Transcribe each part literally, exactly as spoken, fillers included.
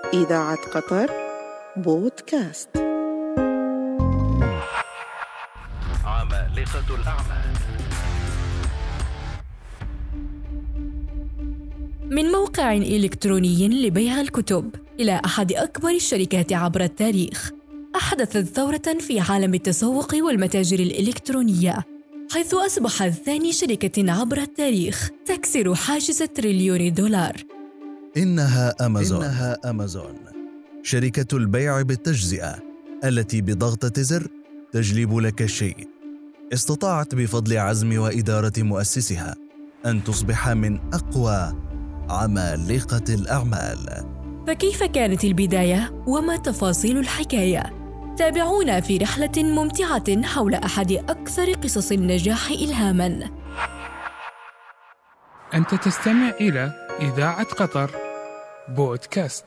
إذاعة قطر بودكاست. عمالقة الأعمال. من موقع إلكتروني لبيع الكتب إلى أحد أكبر الشركات عبر التاريخ، أحدثت ثورة في عالم التسوق والمتاجر الإلكترونية، حيث أصبحت ثاني شركة عبر التاريخ تكسر حاجز التريليون دولار. إنها أمازون. إنها أمازون، شركة البيع بالتجزئة التي بضغطة زر تجلب لك الشيء. استطاعت بفضل عزم وإدارة مؤسسها أن تصبح من أقوى عمالقة الأعمال. فكيف كانت البداية وما تفاصيل الحكاية؟ تابعونا في رحلة ممتعة حول أحد أكثر قصص النجاح إلهاماً. أنت تستمع إلى إذاعة قطر بودكاست.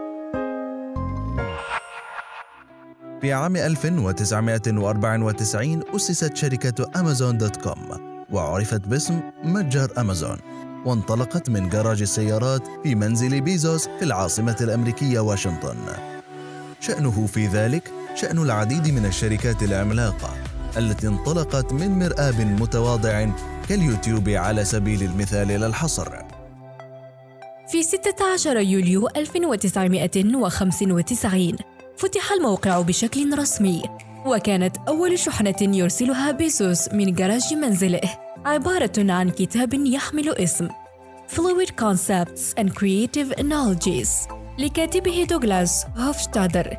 في عام ألف وتسعمائة وأربعة وتسعين أسست شركة أمازون دوت كوم، وعرفت باسم متجر أمازون، وانطلقت من جراج السيارات في منزل بيزوس في العاصمة الأمريكية واشنطن. شأنه في ذلك شأن العديد من الشركات العملاقة التي انطلقت من مرآب متواضع كاليوتيوب على سبيل المثال لا الحصر. في ستة عشر يوليو ألف وتسعمائة وخمسة وتسعين فتح الموقع بشكل رسمي، وكانت أول شحنة يرسلها بيزوس من جراج منزله عبارة عن كتاب يحمل اسم Fluid Concepts and Creative Analogies لكاتبه دوغلاس هوفشتادر.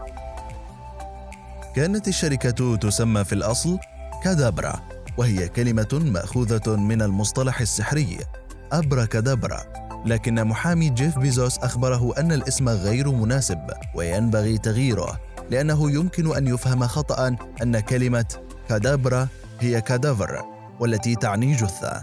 كانت الشركة تسمى في الأصل كادابرا، وهي كلمة مأخوذة من المصطلح السحري أبراكادابرا، لكن محامي جيف بيزوس أخبره أن الاسم غير مناسب وينبغي تغييره، لأنه يمكن أن يفهم خطأ أن كلمة كادابرا هي كادافر، والتي تعني جثة.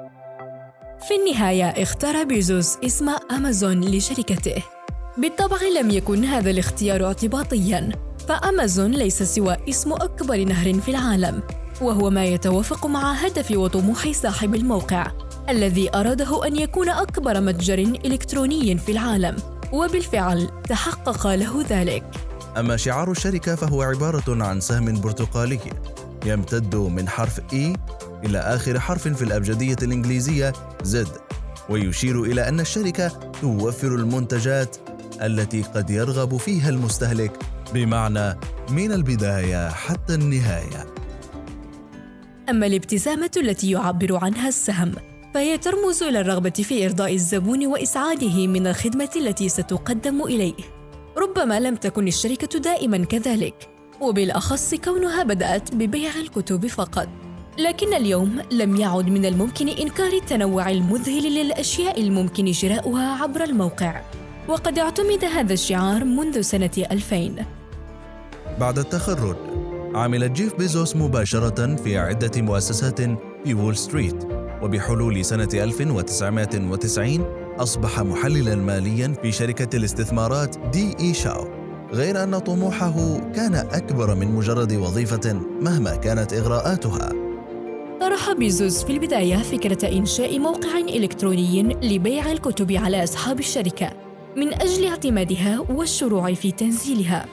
في النهاية اختار بيزوس اسم أمازون لشركته. بالطبع لم يكن هذا الاختيار اعتباطياً، فأمازون ليس سوى اسم أكبر نهر في العالم، وهو ما يتوافق مع هدف وطموح صاحب الموقع الذي أراده أن يكون أكبر متجر إلكتروني في العالم، وبالفعل تحقق له ذلك. أما شعار الشركة فهو عبارة عن سهم برتقالي يمتد من حرف E إلى آخر حرف في الأبجدية الإنجليزية Z، ويشير إلى أن الشركة توفر المنتجات التي قد يرغب فيها المستهلك، بمعنى من البداية حتى النهاية. أما الابتسامة التي يعبر عنها السهم فهي ترمز إلى الرغبة في إرضاء الزبون وإسعاده من الخدمة التي ستقدم إليه. ربما لم تكن الشركة دائماً كذلك، وبالأخص كونها بدأت ببيع الكتب فقط، لكن اليوم لم يعد من الممكن إنكار التنوع المذهل للأشياء الممكن شراؤها عبر الموقع، وقد اعتمد هذا الشعار منذ سنة ألفين. بعد التخرج عمل جيف بيزوس مباشرة في عدة مؤسسات في وول ستريت، وبحلول سنة ألف وتسعمائة وتسعين أصبح محللاً مالياً في شركة الاستثمارات دي إي شاو، غير أن طموحه كان أكبر من مجرد وظيفة مهما كانت إغراءاتها. طرح بيزوس في البداية فكرة إنشاء موقع إلكتروني لبيع الكتب على أصحاب الشركة من أجل اعتمادها والشروع في تنزيلها،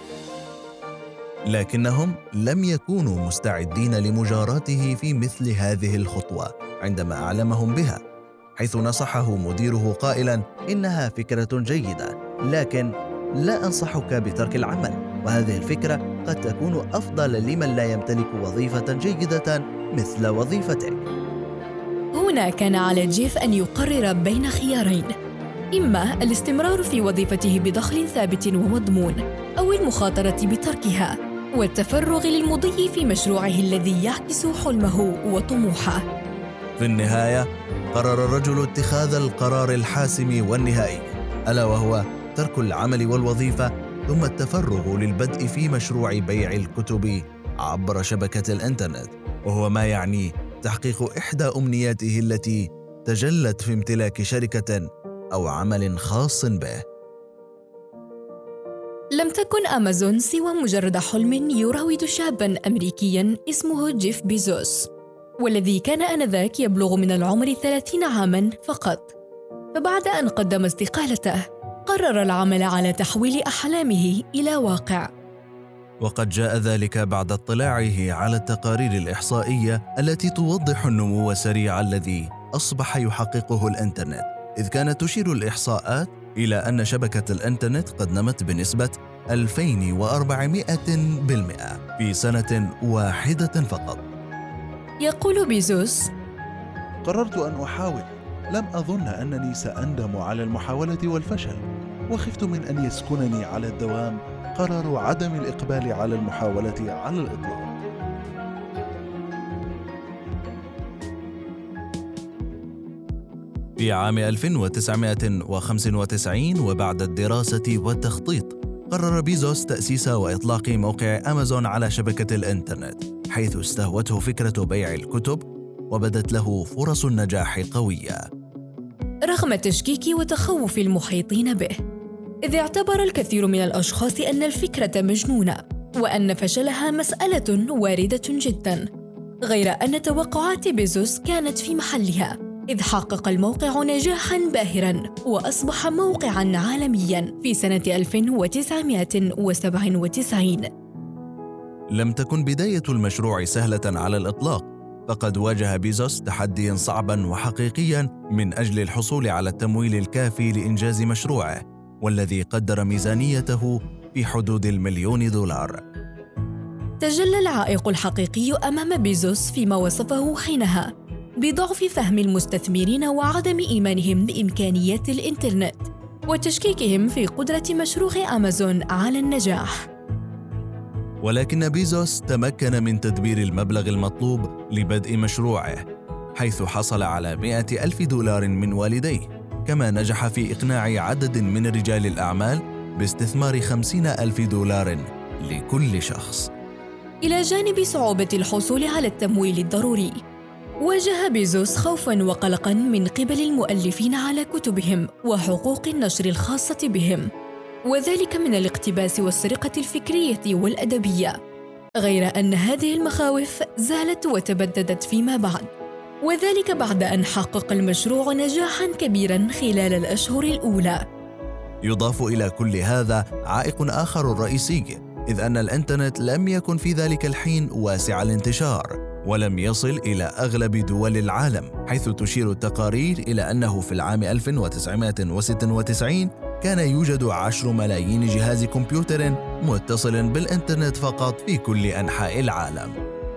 لكنهم لم يكونوا مستعدين لمجاراته في مثل هذه الخطوة عندما أعلمهم بها، حيث نصحه مديره قائلاً: إنها فكرة جيدة، لكن لا أنصحك بترك العمل، وهذه الفكرة قد تكون أفضل لمن لا يمتلك وظيفة جيدة مثل وظيفتك. هنا كان على جيف أن يقرر بين خيارين: إما الاستمرار في وظيفته بدخل ثابت ومضمون، أو المخاطرة بتركها والتفرغ للمضي في مشروعه الذي يعكس حلمه وطموحه. في النهاية قرر الرجل اتخاذ القرار الحاسم والنهائي، ألا وهو ترك العمل والوظيفة ثم التفرغ للبدء في مشروع بيع الكتب عبر شبكة الإنترنت، وهو ما يعني تحقيق إحدى أمنياته التي تجلت في امتلاك شركة أو عمل خاص به. لم تكن أمازون سوى مجرد حلم يراود شاباً أمريكياً اسمه جيف بيزوس، والذي كان آنذاك يبلغ من العمر ثلاثين عاماً فقط. فبعد أن قدم استقالته وقرر العمل على تحويل أحلامه إلى واقع. وقد جاء ذلك بعد اطلاعه على التقارير الإحصائية التي توضح النمو السريع الذي أصبح يحققه الإنترنت، إذ كانت تشير الإحصاءات إلى أن شبكة الإنترنت قد نمت بنسبة ألفين وأربعمائة بالمئة في سنة واحدة فقط. يقول بيزوس: قررت أن أحاول، لم أظن أنني سأندم على المحاولة والفشل، وخفت من أن يسكنني على الدوام قرار عدم الإقبال على المحاولة على الإطلاق. في عام ألف وتسعمائة وخمسة وتسعين وبعد الدراسة والتخطيط، قرر بيزوس تأسيس وإطلاق موقع أمازون على شبكة الإنترنت، حيث استهوته فكرة بيع الكتب وبدت له فرص النجاح قوية رغم تشكيك وتخوف المحيطين به، إذ اعتبر الكثير من الأشخاص أن الفكرة مجنونة وأن فشلها مسألة واردة جداً، غير أن توقعات بيزوس كانت في محلها، إذ حقق الموقع نجاحاً باهراً وأصبح موقعاً عالمياً في سنة ألف وتسعمائة وسبعة وتسعين. لم تكن بداية المشروع سهلة على الإطلاق، فقد واجه بيزوس تحدياً صعباً وحقيقياً من أجل الحصول على التمويل الكافي لإنجاز مشروعه، والذي قدر ميزانيته في حدود المليون دولار. تجلى العائق الحقيقي أمام بيزوس فيما وصفه حينها بضعف فهم المستثمرين وعدم إيمانهم بإمكانيات الإنترنت وتشكيكهم في قدرة مشروع أمازون على النجاح. ولكن بيزوس تمكن من تدبير المبلغ المطلوب لبدء مشروعه، حيث حصل على مئة ألف دولار من والديه، كما نجح في إقناع عدد من رجال الأعمال باستثمار خمسين ألف دولار لكل شخص. إلى جانب صعوبة الحصول على التمويل الضروري، واجه بيزوس خوفاً وقلقاً من قبل المؤلفين على كتبهم وحقوق النشر الخاصة بهم، وذلك من الاقتباس والسرقة الفكرية والأدبية، غير أن هذه المخاوف زالت وتبددت فيما بعد، وذلك بعد أن حقق المشروع نجاحاً كبيراً خلال الأشهر الأولى. يضاف إلى كل هذا عائق آخر رئيسي، إذ أن الإنترنت لم يكن في ذلك الحين واسع الانتشار، ولم يصل إلى أغلب دول العالم، حيث تشير التقارير إلى أنه في العام ألف وتسعمائة وستة وتسعين كان يوجد عشر ملايين جهاز كمبيوتر متصل بالإنترنت فقط في كل أنحاء العالم.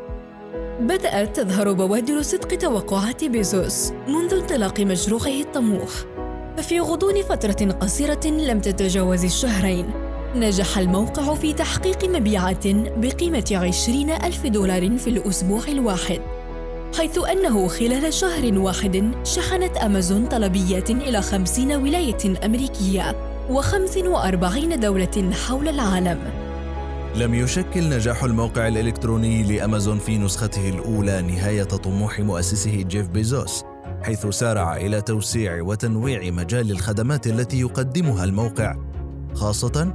بدأت تظهر بوادر صدق توقعات بيزوس منذ انطلاق مشروعه الطموح، ففي غضون فترة قصيرة لم تتجاوز الشهرين، نجح الموقع في تحقيق مبيعات بقيمة عشرين ألف دولار في الأسبوع الواحد، حيث أنه خلال شهر واحد شحنت أمازون طلبيات إلى خمسين ولاية أمريكية وخمس وأربعين دولة حول العالم. لم يشكل نجاح الموقع الإلكتروني لأمازون في نسخته الأولى نهاية طموح مؤسسه جيف بيزوس، حيث سارع إلى توسيع وتنويع مجال الخدمات التي يقدمها الموقع، خاصة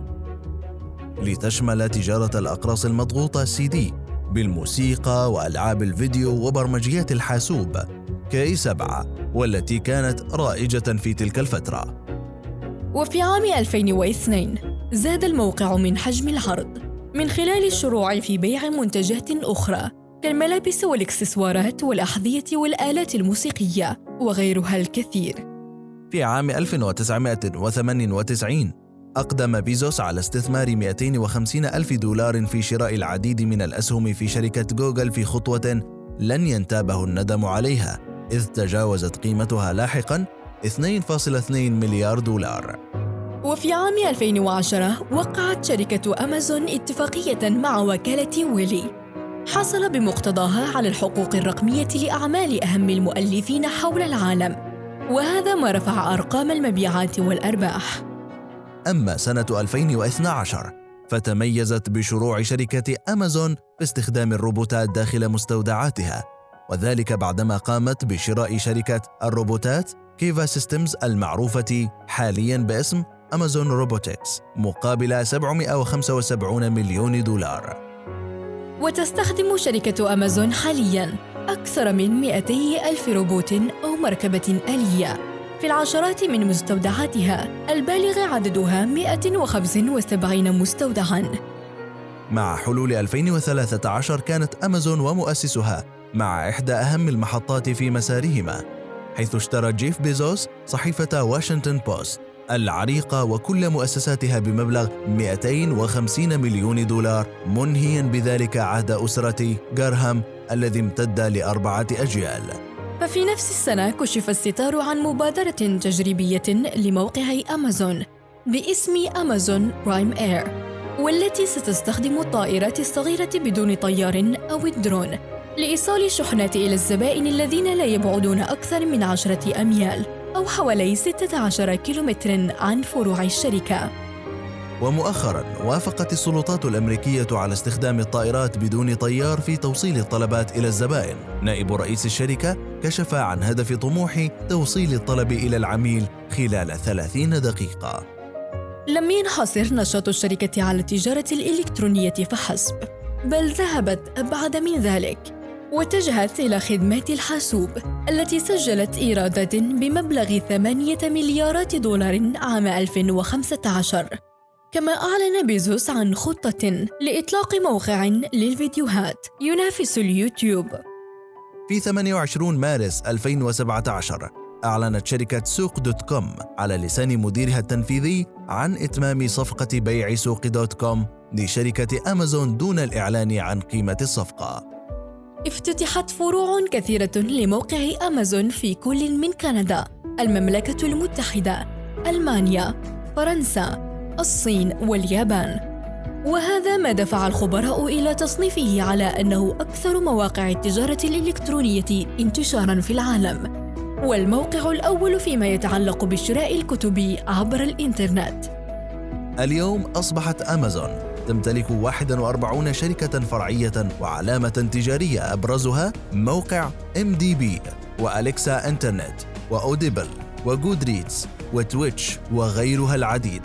لتشمل تجارة الأقراص المضغوطة سي دي بالموسيقى وألعاب الفيديو وبرمجيات الحاسوب كي سبعة، والتي كانت رائجة في تلك الفترة. وفي عام ألفين واثنين زاد الموقع من حجم العرض من خلال الشروع في بيع منتجات أخرى كالملابس والإكسسوارات والأحذية والآلات الموسيقية وغيرها الكثير. في عام ألف وتسعمائة وثمانية وتسعين أقدم بيزوس على استثمار مئتين وخمسين ألف دولار في شراء العديد من الأسهم في شركة جوجل، في خطوة لن ينتابه الندم عليها، إذ تجاوزت قيمتها لاحقاً اثنين فاصلة اثنين مليار دولار. وفي عام ألفين وعشرة وقعت شركة أمازون اتفاقية مع وكالة ويلي حصل بمقتضاها على الحقوق الرقمية لأعمال أهم المؤلفين حول العالم، وهذا ما رفع أرقام المبيعات والأرباح. أما سنة ألفين واثني عشر فتميزت بشروع شركة أمازون باستخدام الروبوتات داخل مستودعاتها، وذلك بعدما قامت بشراء شركة الروبوتات كيفا سيستمز المعروفة حالياً باسم أمازون روبوتكس مقابل سبعمائة وخمسة وسبعين مليون دولار. وتستخدم شركة أمازون حالياً أكثر من مئتي ألف روبوت أو مركبة آلية في العشرات من مستودعاتها البالغ عددها مئة وخمسة وسبعين مستودعاً. مع حلول ألفين وثلاثة عشر كانت أمازون ومؤسسها مع إحدى أهم المحطات في مسارهما، حيث اشترى جيف بيزوس صحيفة واشنطن بوست العريقة وكل مؤسساتها بمبلغ مئتين وخمسين مليون دولار، منهياً بذلك عهد أسرة غراهام الذي امتد لأربعة أجيال. ففي نفس السنة كشف الستار عن مبادرة تجريبية لموقع أمازون باسم أمازون برايم إير، والتي ستستخدم الطائرات الصغيرة بدون طيار أو الدرون لإيصال الشحنات إلى الزبائن الذين لا يبعدون أكثر من عشرة أميال أو حوالي ستة عشر كيلومتراً عن فروع الشركة. ومؤخراً وافقت السلطات الأمريكية على استخدام الطائرات بدون طيار في توصيل الطلبات إلى الزبائن. نائب رئيس الشركة كشف عن هدف طموح توصيل الطلب إلى العميل خلال ثلاثين دقيقة. لم ينحصر نشاط الشركة على التجارة الإلكترونية فحسب، بل ذهبت أبعد من ذلك واتجهت إلى خدمات الحاسوب التي سجلت إيرادات بمبلغ ثمانية مليارات دولار عام ألفين وخمسة عشر. كما أعلن بيزوس عن خطة لإطلاق موقع للفيديوهات ينافس اليوتيوب. في ثمانية وعشرين مارس ألفين وسبعة عشر أعلنت شركة سوق دوت كوم على لسان مديرها التنفيذي عن إتمام صفقة بيع سوق دوت كوم لشركة أمازون دون الإعلان عن قيمة الصفقة. افتتحت فروع كثيرة لموقع أمازون في كل من كندا، المملكة المتحدة، ألمانيا، فرنسا، الصين واليابان، وهذا ما دفع الخبراء إلى تصنيفه على أنه أكثر مواقع التجارة الإلكترونية انتشاراً في العالم، والموقع الأول فيما يتعلق بشراء الكتب عبر الإنترنت. اليوم أصبحت أمازون تمتلك واحد وأربعين شركة فرعية وعلامة تجارية أبرزها موقع إم دي بي وأليكسا إنترنت وأوديبل وجودريدز وتويتش وغيرها العديد.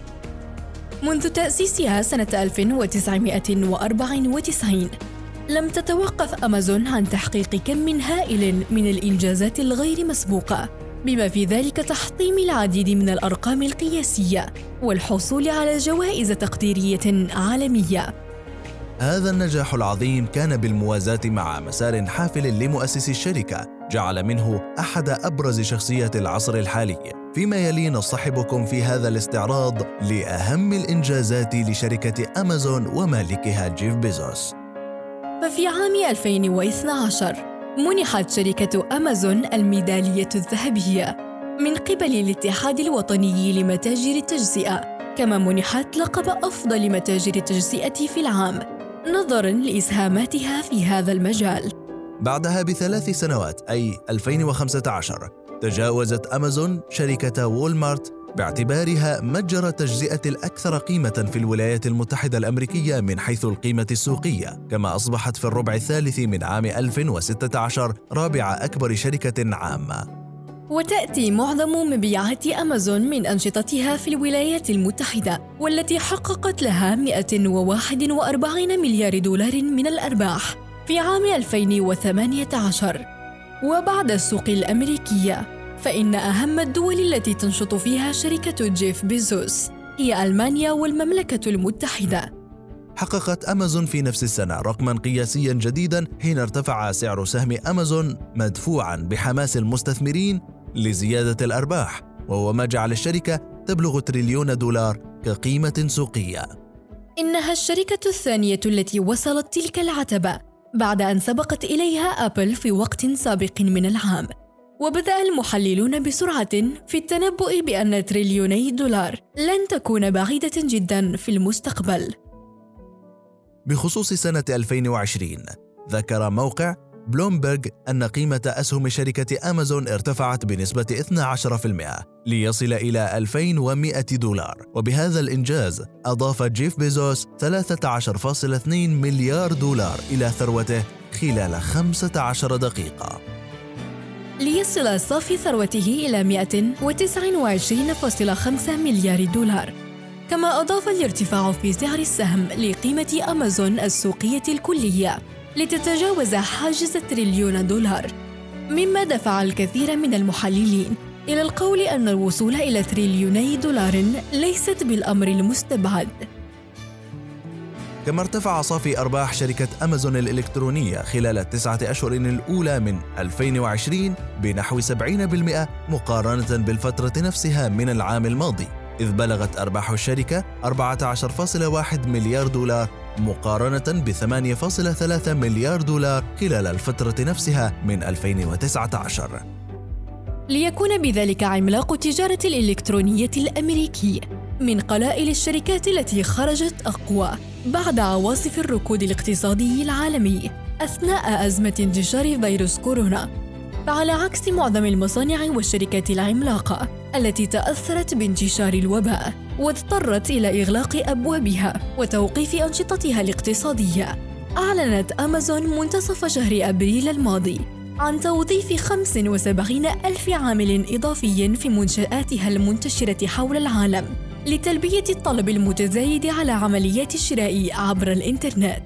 منذ تأسيسها سنة ألف وتسعمائة وأربعة وتسعين لم تتوقف أمازون عن تحقيق كم هائل من الإنجازات الغير مسبوقة، بما في ذلك تحطيم العديد من الأرقام القياسية والحصول على جوائز تقديرية عالمية. هذا النجاح العظيم كان بالموازاة مع مسار حافل لمؤسس الشركة جعل منه أحد أبرز شخصيات العصر الحالي، فيما يلي نصطحبكم في هذا الاستعراض لأهم الإنجازات لشركة أمازون ومالكها جيف بيزوس. ففي عام ألفين واثني عشر منحت شركة أمازون الميدالية الذهبية من قبل الاتحاد الوطني لمتاجر التجزئة، كما منحت لقب أفضل متاجر التجزئة في العام نظراً لإسهاماتها في هذا المجال. بعدها بثلاث سنوات أي ألفين وخمسة عشر تجاوزت أمازون شركة وولمارت باعتبارها متجر التجزئة الأكثر قيمة في الولايات المتحدة الأمريكية من حيث القيمة السوقية، كما أصبحت في الربع الثالث من عام ألف وستة عشر رابع أكبر شركة عامة. وتأتي معظم مبيعات أمازون من أنشطتها في الولايات المتحدة، والتي حققت لها مئة وواحد وأربعين مليار دولار من الأرباح في عام ألفين وثمانية عشر. وبعد السوق الأمريكية، فإن أهم الدول التي تنشط فيها شركة جيف بيزوس هي ألمانيا والمملكة المتحدة. حققت أمازون في نفس السنة رقماً قياسياً جديداً حين ارتفع سعر سهم أمازون مدفوعاً بحماس المستثمرين لزيادة الأرباح، وهو ما جعل الشركة تبلغ تريليون دولار كقيمة سوقية. إنها الشركة الثانية التي وصلت تلك العتبة بعد أن سبقت إليها أبل في وقت سابق من العام، وبدأ المحللون بسرعة في التنبؤ بأن تريليوني دولار لن تكون بعيدة جداً في المستقبل. بخصوص سنة ألفين وعشرين ذكر موقع بلومبرغ أن قيمة أسهم شركة أمازون ارتفعت بنسبة اثني عشر بالمئة ليصل إلى ألفين ومئة دولار، وبهذا الإنجاز أضاف جيف بيزوس ثلاثة عشر فاصلة اثنين مليار دولار إلى ثروته خلال خمسة عشر دقيقة، ليصل صافي ثروته إلى مئة وتسعة وعشرين فاصلة خمسة مليار دولار. كما أضاف الارتفاع في سعر السهم لقيمة أمازون السوقية الكلية لتتجاوز حاجز تريليون دولار، مما دفع الكثير من المحللين إلى القول أن الوصول إلى تريليوني دولار ليست بالأمر المستبعد. كما ارتفع صافي أرباح شركة أمازون الإلكترونية خلال التسعة أشهر الأولى من ألفين وعشرين بنحو سبعين بالمئة مقارنة بالفترة نفسها من العام الماضي، إذ بلغت أرباح الشركة أربعة عشر فاصلة واحد مليار دولار مقارنة ب ثمانية فاصلة ثلاثة مليار دولار خلال الفترة نفسها من ألفين وتسعة عشر. ليكون بذلك عملاق التجارة الإلكترونية الأمريكي من قلائل الشركات التي خرجت أقوى بعد عواصف الركود الاقتصادي العالمي أثناء أزمة انتشار فيروس كورونا. فعلى عكس معظم المصانع والشركات العملاقة التي تأثرت بانتشار الوباء واضطرت إلى إغلاق أبوابها وتوقيف أنشطتها الاقتصادية، أعلنت أمازون منتصف شهر أبريل الماضي عن توظيف خمسة وسبعين ألف عامل إضافي في منشآتها المنتشرة حول العالم لتلبية الطلب المتزايد على عمليات الشراء عبر الإنترنت.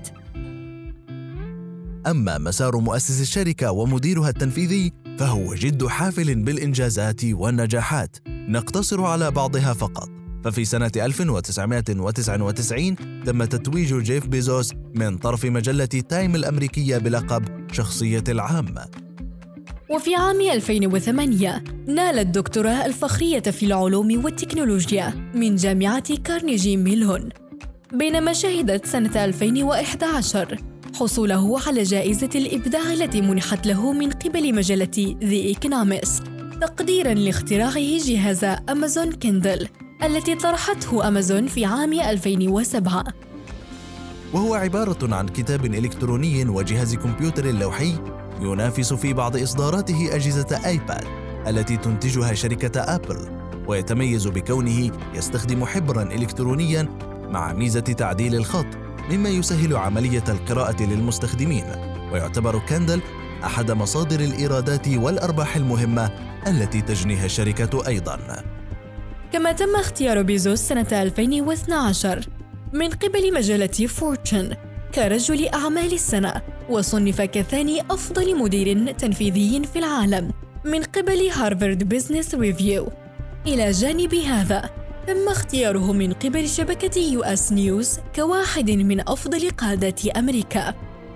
أما مسار مؤسس الشركة ومديرها التنفيذي فهو جد حافل بالإنجازات والنجاحات، نقتصر على بعضها فقط. ففي سنة ألف وتسعمائة وتسعة وتسعين تم تتويج جيف بيزوس من طرف مجلة تايم الأمريكية بلقب شخصية العام. وفي عام ألفين وثمانية نال الدكتوراه الفخرية في العلوم والتكنولوجيا من جامعة كارنيجي ميلون، بينما شهدت سنة ألفين وإحدى عشر حصوله على جائزة الإبداع التي منحت له من قبل مجلة The Economist تقديراً لاختراعه جهاز أمازون كيندل التي طرحته أمازون في عام ألفين وسبعة، وهو عبارة عن كتاب إلكتروني وجهاز كمبيوتر لوحي ينافس في بعض إصداراته أجهزة آيباد التي تنتجها شركة آبل، ويتميز بكونه يستخدم حبراً إلكترونياً مع ميزة تعديل الخط مما يسهل عملية القراءة للمستخدمين. ويعتبر كيندل أحد مصادر الإيرادات والأرباح المهمة التي تجنيها الشركة أيضاً. كما تم اختيار بيزوس سنة ألفين واثني عشر من قبل مجلة فورتشن كرجل أعمال السنة، وصنف كثاني أفضل مدير تنفيذي في العالم من قبل هارفارد بيزنس ريفيو. إلى جانب هذا تم اختياره من قبل شبكة يو إس نيوز كواحد من أفضل قادة أمريكا.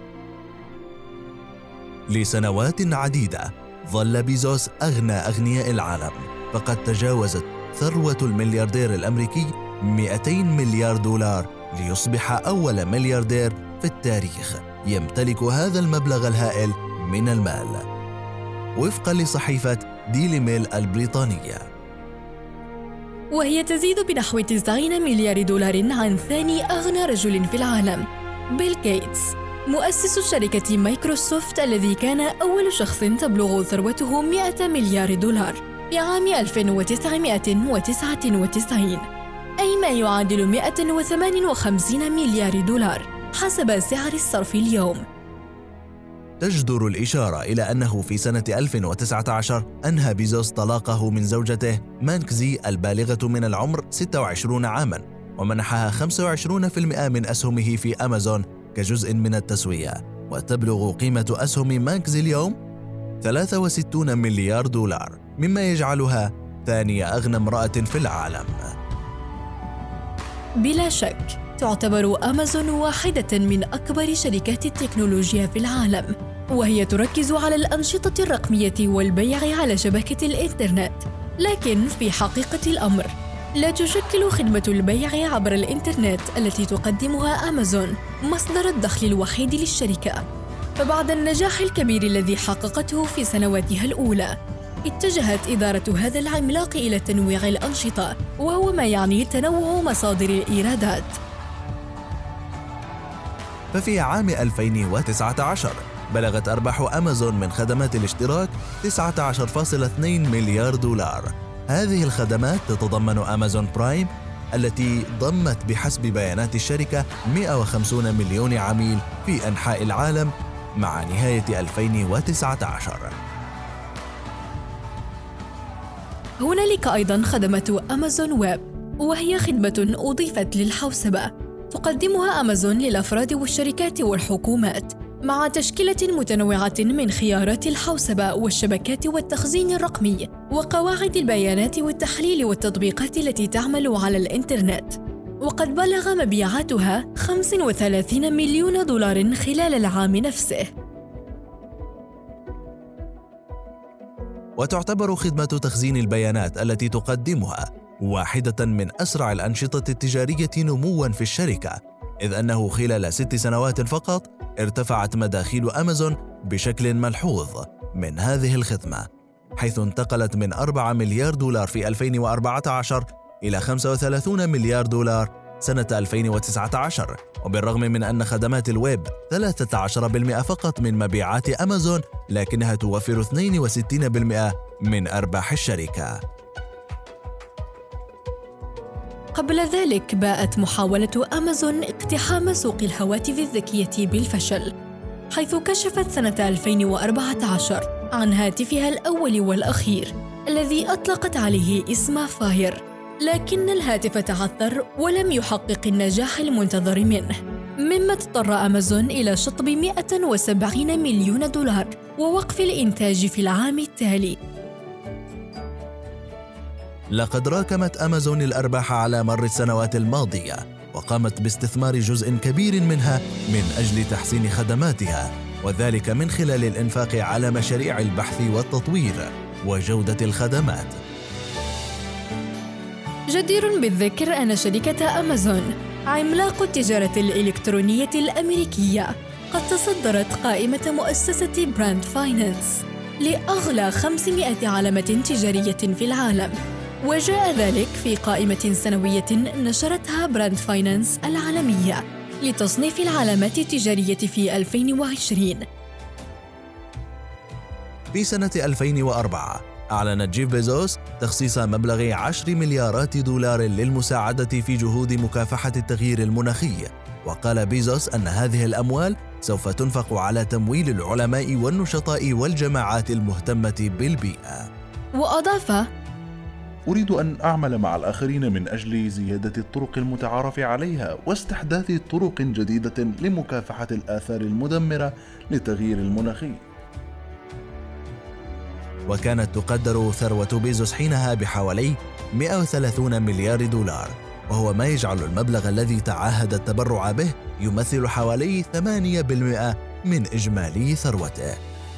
لسنوات عديدة ظل بيزوس أغنى أغنياء العالم، فقد تجاوزت ثروة الملياردير الأمريكي مئتين مليار دولار ليصبح أول ملياردير في التاريخ يمتلك هذا المبلغ الهائل من المال، وفقاً لصحيفة ديلي ميل البريطانية، وهي تزيد بنحو تسعين مليار دولار عن ثاني أغنى رجل في العالم بيل غيتس مؤسس شركة مايكروسوفت، الذي كان أول شخص تبلغ ثروته مئة مليار دولار في عام ألف وتسعمائة وتسعة وتسعين، أي ما يعادل مئة وثمانية وخمسين مليار دولار حسب سعر الصرف اليوم. تجدر الإشارة إلى أنه في سنة ألف وتسعة عشر أنهى بيزوس طلاقه من زوجته مانكزي البالغة من العمر ستة وعشرين عاماً، ومنحها خمسة وعشرين بالمئة من أسهمه في أمازون كجزء من التسوية، وتبلغ قيمة أسهم مانكزي اليوم ثلاثة وستين مليار دولار، مما يجعلها ثاني أغنى امرأة في العالم. بلا شك تعتبر أمازون واحدة من أكبر شركات التكنولوجيا في العالم، وهي تركز على الأنشطة الرقمية والبيع على شبكة الإنترنت، لكن في حقيقة الأمر لا تشكل خدمة البيع عبر الإنترنت التي تقدمها أمازون مصدر الدخل الوحيد للشركة. فبعد النجاح الكبير الذي حققته في سنواتها الأولى، اتجهت إدارة هذا العملاق إلى تنويع الأنشطة، وهو ما يعني تنوع مصادر الإيرادات. ففي عام ألفين وتسعة عشر بلغت أرباح أمازون من خدمات الاشتراك تسعة عشر فاصلة اثنين مليار دولار. هذه الخدمات تتضمن أمازون برايم التي ضمت بحسب بيانات الشركة مئة وخمسين مليون عميل في أنحاء العالم مع نهاية ألفين وتسعة عشر. هنالك أيضاً خدمة أمازون ويب، وهي خدمة أضيفت للحوسبة تقدمها أمازون للأفراد والشركات والحكومات مع تشكيلة متنوعة من خيارات الحوسبة والشبكات والتخزين الرقمي وقواعد البيانات والتحليل والتطبيقات التي تعمل على الإنترنت. وقد بلغ مبيعاتها خمسة وثلاثين مليون دولار خلال العام نفسه. وتعتبر خدمة تخزين البيانات التي تقدمها واحدة من أسرع الأنشطة التجارية نمواً في الشركة، إذ أنه خلال ست سنوات فقط ارتفعت مداخيل أمازون بشكل ملحوظ من هذه الخدمة، حيث انتقلت من أربعة مليار دولار في ألفين وأربعة عشر إلى خمسة وثلاثين مليار دولار سنة ألفين وتسعة عشر. وبالرغم من أن خدمات الويب ثلاثة عشر بالمئة فقط من مبيعات أمازون، لكنها توفر اثنين وستين بالمئة من أرباح الشركة. قبل ذلك باءت محاولة أمازون اقتحام سوق الهواتف الذكية بالفشل، حيث كشفت سنة ألفين وأربعة عشر عن هاتفها الأول والأخير الذي أطلقت عليه اسم فاير، لكن الهاتف تعثر ولم يحقق النجاح المنتظر منه، مما اضطر أمازون إلى شطب مئة وسبعين مليون دولار ووقف الإنتاج في العام التالي. لقد راكمت أمازون الأرباح على مر السنوات الماضية، وقامت باستثمار جزء كبير منها من أجل تحسين خدماتها، وذلك من خلال الإنفاق على مشاريع البحث والتطوير وجودة الخدمات. جدير بالذكر أن شركة أمازون عملاق التجارة الإلكترونية الأمريكية قد تصدرت قائمة مؤسسة براند فاينانس لأغلى خمسمائة علامة تجارية في العالم، وجاء ذلك في قائمة سنوية نشرتها براند فاينانس العالمية لتصنيف العلامات التجارية في ألفين وعشرين. في سنة ألفين وأربعة أعلن جيف بيزوس تخصيص مبلغ عشر مليارات دولار للمساعدة في جهود مكافحة التغيير المناخي، وقال بيزوس أن هذه الأموال سوف تنفق على تمويل العلماء والنشطاء والجماعات المهتمة بالبيئة. وأضاف: أريد أن أعمل مع الآخرين من أجل زيادة الطرق المتعارف عليها واستحداث طرق جديدة لمكافحة الآثار المدمرة للتغيير المناخي. وكانت تقدر ثروة بيزوس حينها بحوالي مئة وثلاثين مليار دولار، وهو ما يجعل المبلغ الذي تعهد التبرع به يمثل حوالي ثمانية بالمئة من إجمالي ثروته.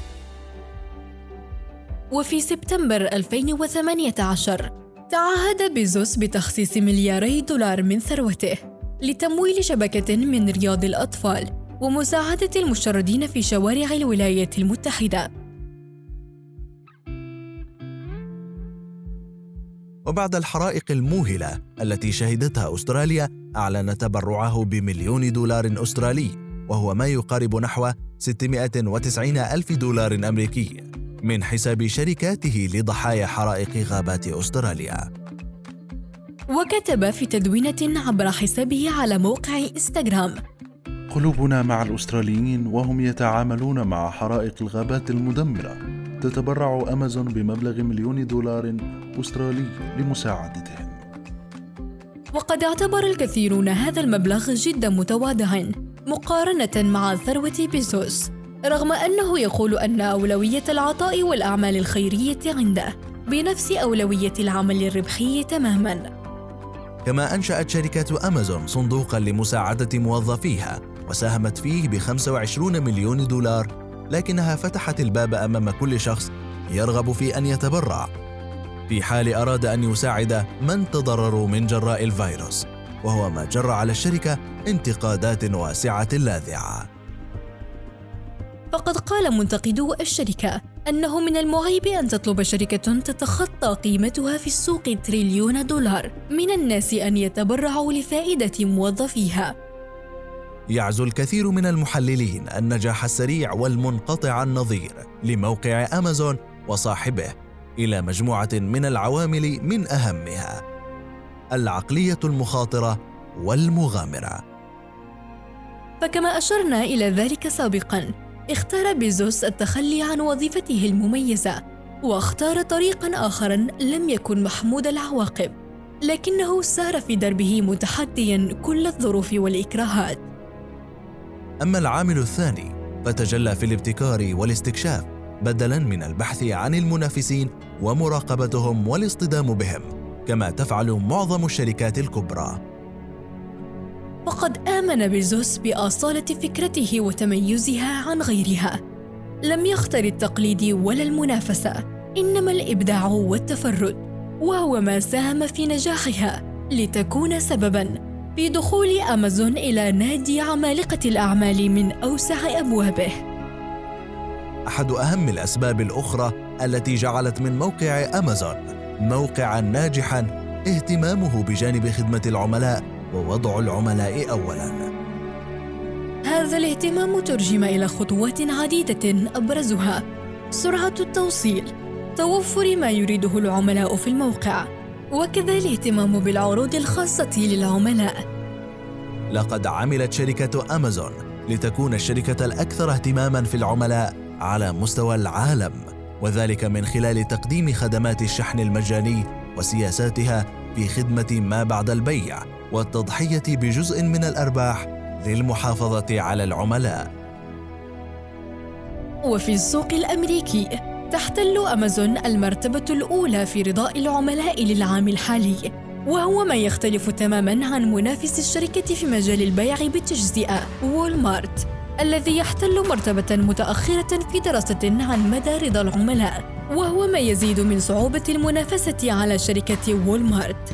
وفي سبتمبر ألفين وثمانية عشر تعهد بيزوس بتخصيص ملياري دولار من ثروته لتمويل شبكة من رياض الأطفال ومساعدة المشردين في شوارع الولايات المتحدة. وبعد الحرائق الموهلة التي شهدتها أستراليا، أعلن تبرعه بمليون دولار أسترالي، وهو ما يقارب نحو ستمائة وتسعين ألف دولار أمريكي، من حساب شركاته لضحايا حرائق غابات أستراليا. وكتب في تدوينة عبر حسابه على موقع إنستغرام: قلوبنا مع الأستراليين وهم يتعاملون مع حرائق الغابات المدمرة. تتبرع أمازون بمبلغ مليون دولار أسترالي لمساعدتهم. وقد اعتبر الكثيرون هذا المبلغ جدا متواضعا مقارنة مع ثروة بيزوس، رغم أنه يقول أن أولوية العطاء والأعمال الخيرية عنده بنفس أولوية العمل الربحي تماما. كما أنشأت شركة أمازون صندوقا لمساعدة موظفيها وساهمت فيه ب خمسة وعشرين مليون دولار، لكنها فتحت الباب أمام كل شخص يرغب في أن يتبرع في حال أراد أن يساعد من تضرروا من جراء الفيروس، وهو ما جرى على الشركة انتقادات واسعة لاذعة. فقد قال منتقدو الشركة أنه من المعيب أن تطلب شركة تتخطى قيمتها في السوق تريليون دولار من الناس أن يتبرعوا لفائدة موظفيها. يعزو الكثير من المحللين النجاح السريع والمنقطع النظير لموقع أمازون وصاحبه إلى مجموعة من العوامل، من أهمها العقلية المخاطرة والمغامرة. فكما أشرنا إلى ذلك سابقاً، اختار بيزوس التخلي عن وظيفته المميزة واختار طريقاً آخراً لم يكن محمود العواقب، لكنه سار في دربه متحدياً كل الظروف والإكراهات. أما العامل الثاني فتجلى في الابتكار والاستكشاف بدلاً من البحث عن المنافسين ومراقبتهم والاصطدام بهم، كما تفعل معظم الشركات الكبرى. وقد آمن بيزوس بأصالة فكرته وتميزها عن غيرها. لم يختر التقليد ولا المنافسة، إنما الإبداع والتفرد، وهو ما ساهم في نجاحها لتكون سبباً في دخول أمازون إلى نادي عمالقة الأعمال من أوسع أبوابه. أحد أهم الأسباب الأخرى التي جعلت من موقع أمازون موقعاً ناجحاً اهتمامه بجانب خدمة العملاء ووضع العملاء أولاً. هذا الاهتمام ترجم إلى خطوات عديدة، أبرزها سرعة التوصيل، توفر ما يريده العملاء في الموقع، وكذا الاهتمام بالعروض الخاصة للعملاء. لقد عملت شركة أمازون لتكون الشركة الأكثر اهتماماً في العملاء على مستوى العالم، وذلك من خلال تقديم خدمات الشحن المجاني وسياساتها في خدمة ما بعد البيع والتضحية بجزء من الأرباح للمحافظة على العملاء. وفي السوق الأمريكي تحتل أمازون المرتبة الأولى في رضاء العملاء للعام الحالي، وهو ما يختلف تماماً عن منافس الشركة في مجال البيع بالتجزئة وولمارت، الذي يحتل مرتبة متأخرة في دراسة عن مدى رضا العملاء، وهو ما يزيد من صعوبة المنافسة على شركة وولمارت.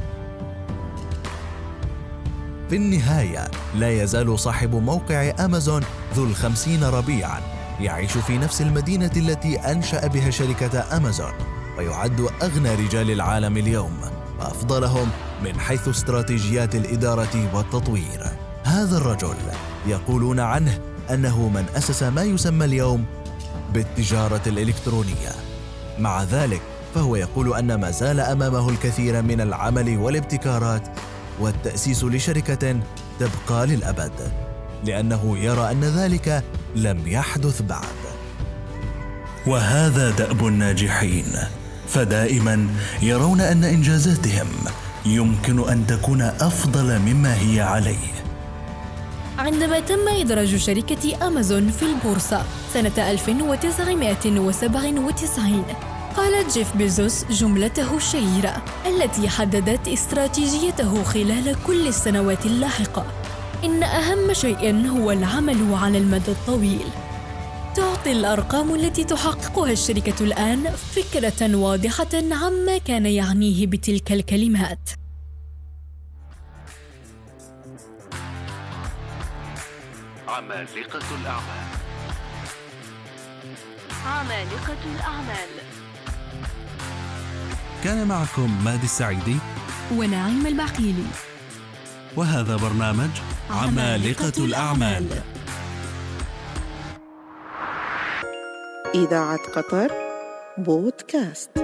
في النهاية لا يزال صاحب موقع أمازون ذو الخمسين ربيعاً يعيش في نفس المدينة التي أنشأ بها شركة أمازون، ويعد أغنى رجال العالم اليوم وأفضلهم من حيث استراتيجيات الإدارة والتطوير. هذا الرجل يقولون عنه أنه من أسس ما يسمى اليوم بالتجارة الإلكترونية. مع ذلك فهو يقول أن ما زال أمامه الكثير من العمل والابتكارات والتأسيس لشركة تبقى للأبد، لأنه يرى أن ذلك لم يحدث بعد. وهذا دأب الناجحين، فدائما يرون أن إنجازاتهم يمكن أن تكون أفضل مما هي عليه. عندما تم إدراج شركة أمازون في البورصة سنة ألف وتسعمائة وسبعة وتسعين، قال جيف بيزوس جملته الشهيرة التي حددت استراتيجيته خلال كل السنوات اللاحقة: إن أهم شيء هو العمل على المدى الطويل. تعطي الأرقام التي تحققها الشركة الآن فكرة واضحة عما كان يعنيه بتلك الكلمات. عمالقة الأعمال. عمالقة الأعمال. كان معكم مادي السعيدي ونعيم البعقيلي، وهذا برنامج عمالقة الأعمال. إذاعة قطر بودكاست.